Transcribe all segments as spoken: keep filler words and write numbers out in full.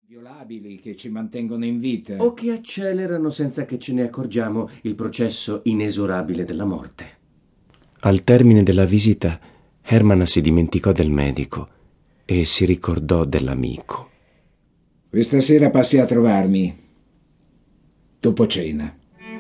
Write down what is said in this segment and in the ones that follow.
Violabili che ci mantengono in vita. O che accelerano senza che ce ne accorgiamo il processo inesorabile della morte. Al termine della visita, Hermann si dimenticò del medico e si ricordò dell'amico. Questa sera passi a trovarmi. Dopo cena.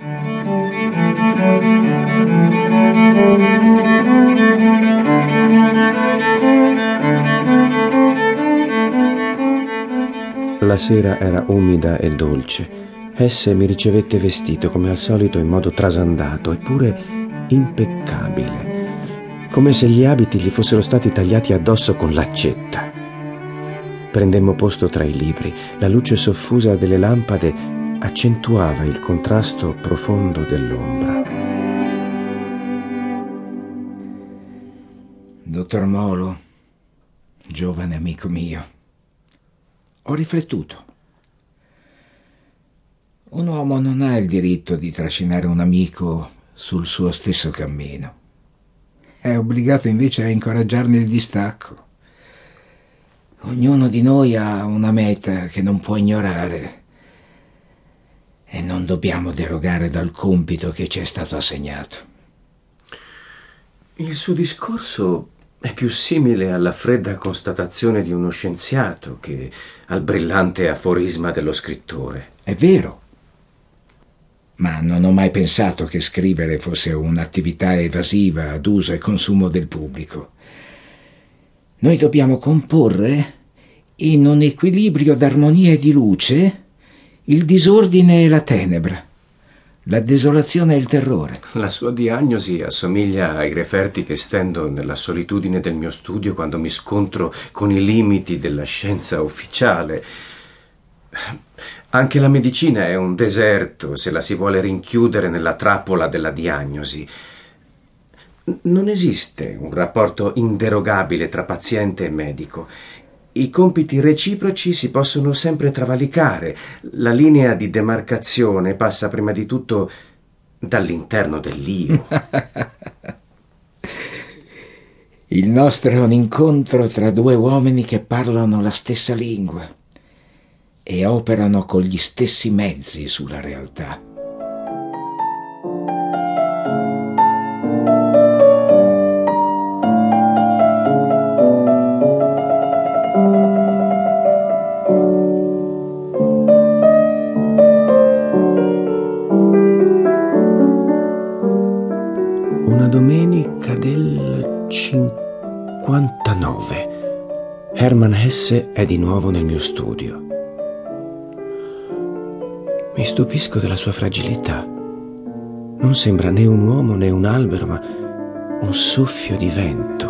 La sera era umida e dolce. Hesse mi ricevette vestito come al solito in modo trasandato, eppure impeccabile, come se gli abiti gli fossero stati tagliati addosso con l'accetta. Prendemmo posto tra i libri. La luce soffusa delle lampade accentuava il contrasto profondo dell'ombra. Dottor Molo, giovane amico mio, ho riflettuto. Un uomo non ha il diritto di trascinare un amico sul suo stesso cammino. È obbligato invece a incoraggiarne il distacco. Ognuno di noi ha una meta che non può ignorare e non dobbiamo derogare dal compito che ci è stato assegnato. Il suo discorso è più simile alla fredda constatazione di uno scienziato che al brillante aforisma dello scrittore. È vero, ma non ho mai pensato che scrivere fosse un'attività evasiva ad uso e consumo del pubblico. Noi dobbiamo comporre, in un equilibrio d'armonia e di luce, il disordine e la tenebra, la desolazione e il terrore. La sua diagnosi assomiglia ai referti che stendo nella solitudine del mio studio quando mi scontro con i limiti della scienza ufficiale. Anche la medicina è un deserto se la si vuole rinchiudere nella trappola della diagnosi. Non esiste un rapporto inderogabile tra paziente e medico. I compiti reciproci si possono sempre travalicare. La linea di demarcazione passa prima di tutto dall'interno dell'io. Il nostro è un incontro tra due uomini che parlano la stessa lingua e operano con gli stessi mezzi sulla realtà. Una domenica del cinquantanove. Hermann Hesse è di nuovo nel mio studio. Mi stupisco della sua fragilità. Non sembra né un uomo né un albero, ma un soffio di vento.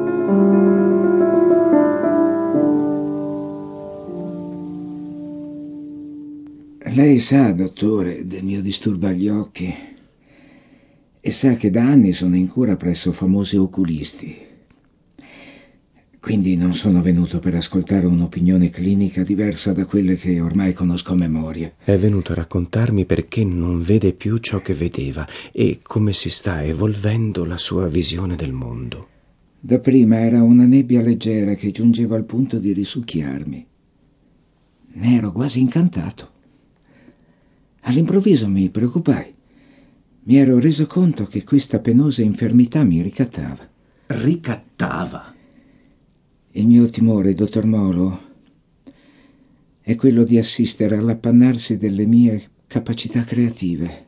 Lei sa, dottore, del mio disturbo agli occhi e sa che da anni sono in cura presso famosi oculisti. Quindi non sono venuto per ascoltare un'opinione clinica diversa da quelle che ormai conosco a memoria. È venuto a raccontarmi perché non vede più ciò che vedeva e come si sta evolvendo la sua visione del mondo. Dapprima era una nebbia leggera che giungeva al punto di risucchiarmi. Ne ero quasi incantato. All'improvviso mi preoccupai. Mi ero reso conto che questa penosa infermità mi ricattava. Ricattava? Il mio timore, dottor Molo, è quello di assistere all'appannarsi delle mie capacità creative.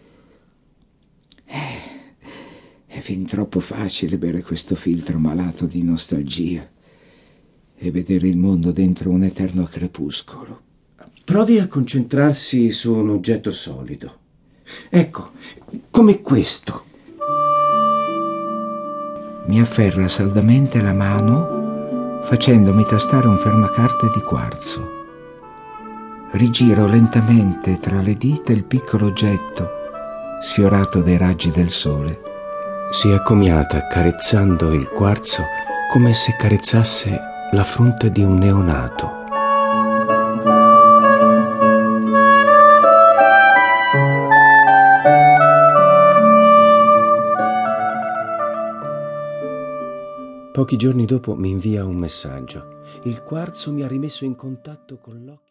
Eh, è fin troppo facile bere questo filtro malato di nostalgia e vedere il mondo dentro un eterno crepuscolo. Provi a concentrarsi su un oggetto solido. Ecco, come questo. Mi afferra saldamente la mano facendomi tastare un fermacarte di quarzo. Rigiro lentamente tra le dita il piccolo oggetto sfiorato dai raggi del sole. Si accomiata carezzando il quarzo come se carezzasse la fronte di un neonato. Pochi giorni dopo mi invia un messaggio. Il quarzo mi ha rimesso in contatto con l'occhio.